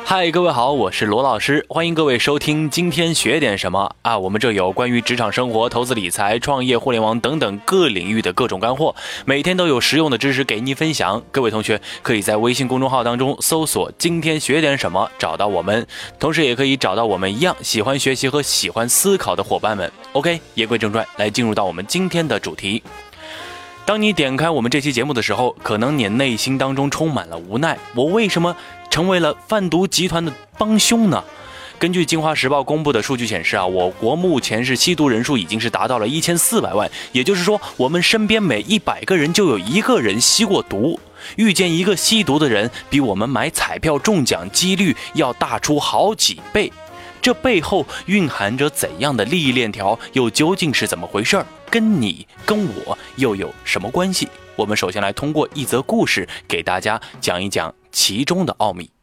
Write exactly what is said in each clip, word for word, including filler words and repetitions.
嗨，各位好，我是罗老师，欢迎各位收听今天学点什么啊？我们这有关于职场生活、投资理财、创业、互联网等等各领域的各种干货，每天都有实用的知识给您分享。各位同学可以在微信公众号当中搜索今天学点什么找到我们，同时也可以找到我们一样喜欢学习和喜欢思考的伙伴们。 OK， 言归正传，来进入到我们今天的主题。当你点开我们这期节目的时候，可能你内心当中充满了无奈，我为什么成为了贩毒集团的帮凶呢？根据京华时报公布的数据显示啊，我国目前是吸毒人数已经是达到了一千四百万，也就是说我们身边每一百个人就有一个人吸过毒。遇见一个吸毒的人，比我们买彩票中奖几率要大出好几倍。这背后蕴含着怎样的利益链条，又究竟是怎么回事？跟你跟我又有什么关系？我们首先来通过一则故事给大家讲一讲其中的奥秘。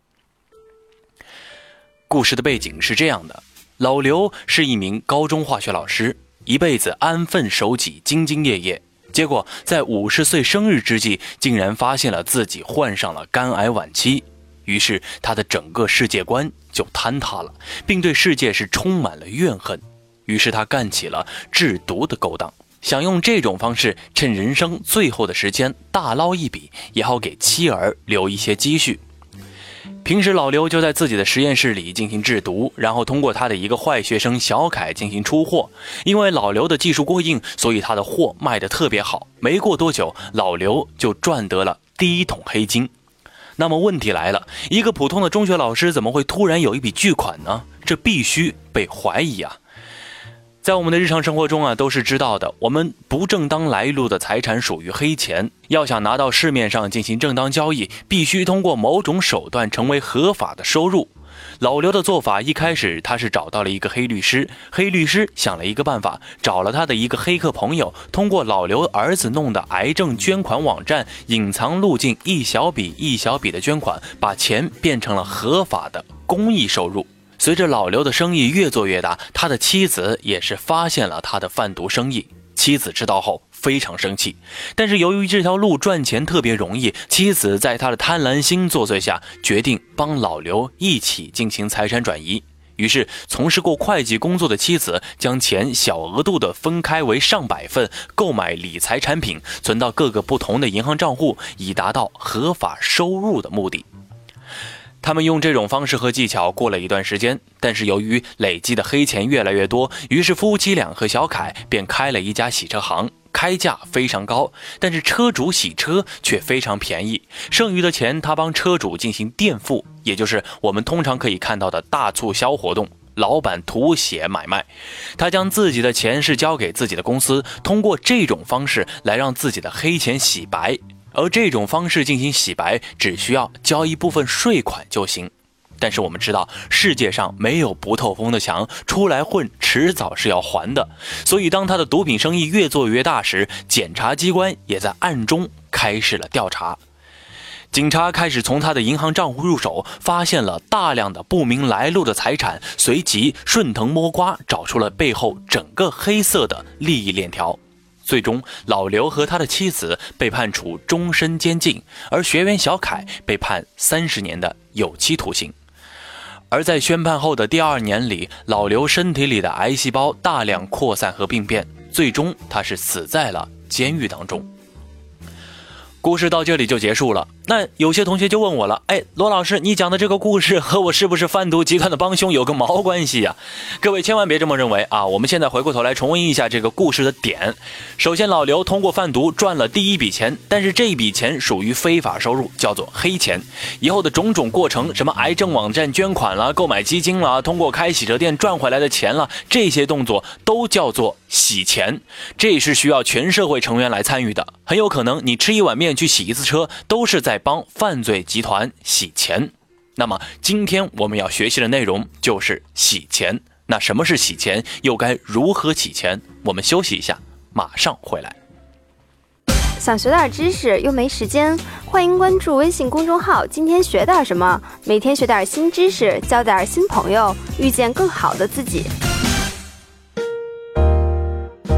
故事的背景是这样的，老刘是一名高中化学老师，一辈子安分守己，兢兢业业，结果在五十岁生日之际，竟然发现了自己患上了肝癌晚期。于是他的整个世界观就坍塌了，并对世界是充满了怨恨。于是他干起了制毒的勾当，想用这种方式趁人生最后的时间大捞一笔，也好给妻儿留一些积蓄。平时老刘就在自己的实验室里进行制毒，然后通过他的一个坏学生小凯进行出货。因为老刘的技术过硬，所以他的货卖得特别好。没过多久，老刘就赚得了第一桶黑金。那么问题来了，一个普通的中学老师怎么会突然有一笔巨款呢？这必须被怀疑啊！在我们的日常生活中啊，都是知道的，我们不正当来路的财产属于黑钱，要想拿到市面上进行正当交易，必须通过某种手段成为合法的收入。老刘的做法一开始他是找到了一个黑律师，黑律师想了一个办法，找了他的一个黑客朋友，通过老刘儿子弄的癌症捐款网站隐藏路径，一小笔一小笔的捐款，把钱变成了合法的公益收入。随着老刘的生意越做越大，他的妻子也是发现了他的贩毒生意。妻子知道后非常生气，但是由于这条路赚钱特别容易，妻子在他的贪婪心作祟下，决定帮老刘一起进行财产转移。于是从事过会计工作的妻子将钱小额度的分开为上百份，购买理财产品，存到各个不同的银行账户，以达到合法收入的目的。他们用这种方式和技巧过了一段时间，但是由于累积的黑钱越来越多，于是夫妻俩和小凯便开了一家洗车行，开价非常高，但是车主洗车却非常便宜，剩余的钱他帮车主进行垫付，也就是我们通常可以看到的大促销活动，老板图写买卖。他将自己的钱是交给自己的公司，通过这种方式来让自己的黑钱洗白。而这种方式进行洗白，只需要交一部分税款就行。但是我们知道，世界上没有不透风的墙，出来混迟早是要还的。所以当他的毒品生意越做越大时，检察机关也在暗中开始了调查。警察开始从他的银行账户入手，发现了大量的不明来路的财产，随即顺藤摸瓜找出了背后整个黑色的利益链条。最终老刘和他的妻子被判处终身监禁，而学员小凯被判三十年的有期徒刑。而在宣判后的第二年里，老刘身体里的癌细胞大量扩散和病变，最终他是死在了监狱当中。故事到这里就结束了。那有些同学就问我了，哎，罗老师，你讲的这个故事和我是不是贩毒集团的帮凶有个毛关系呀？各位千万别这么认为啊！我们现在回过头来重温一下这个故事的点。首先，老刘通过贩毒赚了第一笔钱，但是这笔钱属于非法收入，叫做黑钱。以后的种种过程，什么癌症网站捐款啦、购买基金啦、通过开洗车店赚回来的钱啦，这些动作都叫做洗钱。这是需要全社会成员来参与的。很有可能你吃一碗面去洗一次车，都是在帮犯罪集团洗钱。那么今天我们要学习的内容就是洗钱。那什么是洗钱，又该如何洗钱？我们休息一下，马上回来。 想学点知识又没时间，欢迎关注微信公众号今天学点什么，每天学点新知识，交点新朋友，遇见更好的自己。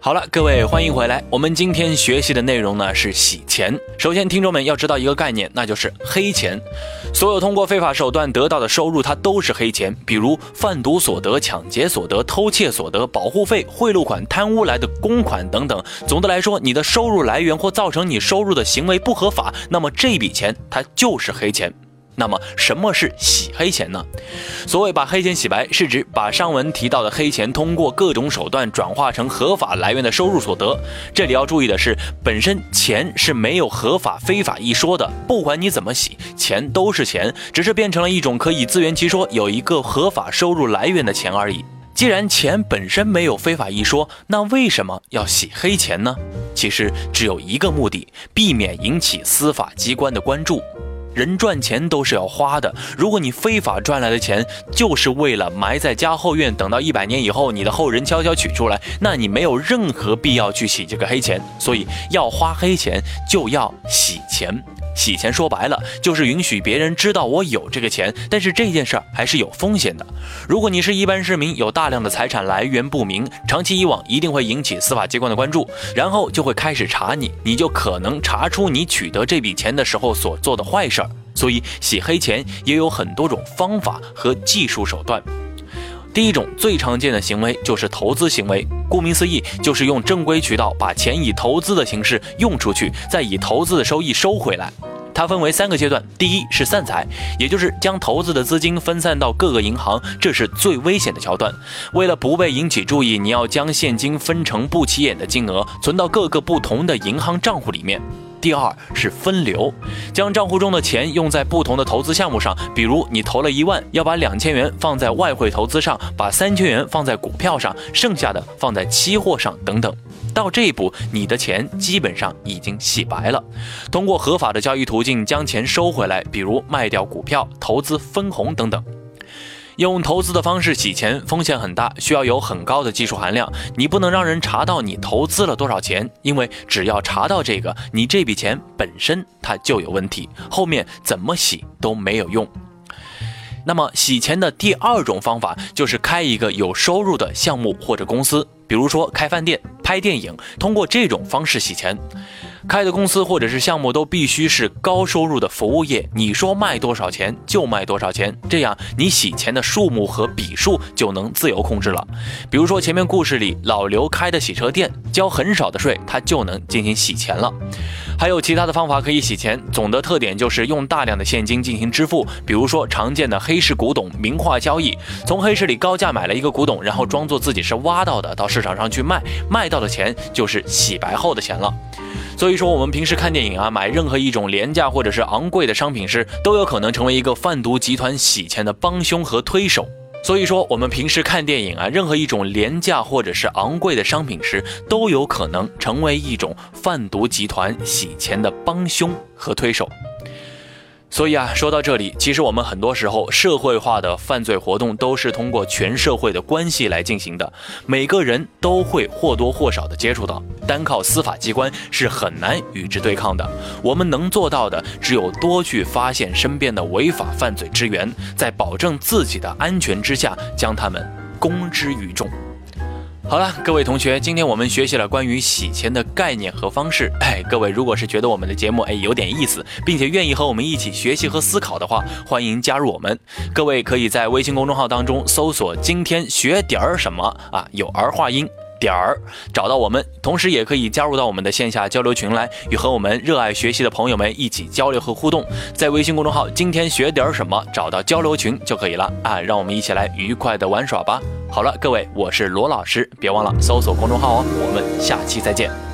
好了，各位欢迎回来。我们今天学习的内容呢是洗钱。首先，听众们要知道一个概念，那就是黑钱。所有通过非法手段得到的收入，它都是黑钱。比如贩毒所得、抢劫所得、偷窃所得、保护费、贿赂款、贪污来的公款等等。总的来说，你的收入来源或造成你收入的行为不合法，那么这笔钱它就是黑钱。那么什么是洗黑钱呢？所谓把黑钱洗白，是指把上文提到的黑钱通过各种手段转化成合法来源的收入所得。这里要注意的是，本身钱是没有合法非法一说的，不管你怎么洗，钱都是钱，只是变成了一种可以自圆其说有一个合法收入来源的钱而已。既然钱本身没有非法一说，那为什么要洗黑钱呢？其实只有一个目的，避免引起司法机关的关注。人赚钱都是要花的，如果你非法赚来的钱就是为了埋在家后院，等到一百年以后你的后人悄悄取出来，那你没有任何必要去洗这个黑钱。所以要花黑钱就要洗钱。洗钱说白了就是允许别人知道我有这个钱，但是这件事儿还是有风险的。如果你是一般市民，有大量的财产来源不明，长期以往一定会引起司法机关的关注，然后就会开始查你，你就可能查出你取得这笔钱的时候所做的坏事儿。所以洗黑钱也有很多种方法和技术手段。第一种最常见的行为就是投资行为，顾名思义，就是用正规渠道把钱以投资的形式用出去，再以投资的收益收回来。它分为三个阶段，第一是散财，也就是将投资的资金分散到各个银行，这是最危险的桥段。为了不被引起注意，你要将现金分成不起眼的金额，存到各个不同的银行账户里面。第二是分流，将账户中的钱用在不同的投资项目上，比如你投了一万，要把两千元放在外汇投资上，把三千元放在股票上，剩下的放在期货上等等。到这一步，你的钱基本上已经洗白了。通过合法的交易途径将钱收回来，比如卖掉股票、投资分红等等。用投资的方式洗钱风险很大，需要有很高的技术含量。你不能让人查到你投资了多少钱，因为只要查到这个，你这笔钱本身它就有问题，后面怎么洗都没有用。那么洗钱的第二种方法就是开一个有收入的项目或者公司，比如说开饭店、拍电影，通过这种方式洗钱。开的公司或者是项目都必须是高收入的服务业，你说卖多少钱就卖多少钱，这样你洗钱的数目和笔数就能自由控制了。比如说前面故事里老刘开的洗车店，交很少的税，他就能进行洗钱了。还有其他的方法可以洗钱，总的特点就是用大量的现金进行支付，比如说常见的黑市古董、名画交易，从黑市里高价买了一个古董，然后装作自己是挖到的，到市场上去卖，卖到的钱就是洗白后的钱了。所以说我们平时看电影啊，买任何一种廉价或者是昂贵的商品时，都有可能成为一个贩毒集团洗钱的帮凶和推手。所以说我们平时看电影啊，任何一种廉价或者是昂贵的商品时，都有可能成为一种贩毒集团洗钱的帮凶和推手。所以啊，说到这里，其实我们很多时候社会化的犯罪活动都是通过全社会的关系来进行的，每个人都会或多或少的接触到，单靠司法机关是很难与之对抗的。我们能做到的，只有多去发现身边的违法犯罪之源，在保证自己的安全之下，将他们公之于众。好了，各位同学，今天我们学习了关于洗钱的概念和方式。哎，各位如果是觉得我们的节目哎有点意思，并且愿意和我们一起学习和思考的话，欢迎加入我们。各位可以在微信公众号当中搜索今天学点儿什么啊，有儿化音点儿找到我们，同时也可以加入到我们的线下交流群来，与和我们热爱学习的朋友们一起交流和互动。在微信公众号今天学点什么找到交流群就可以了啊，让我们一起来愉快的玩耍吧。好了，各位，我是罗老师，别忘了搜索公众号哦，我们下期再见。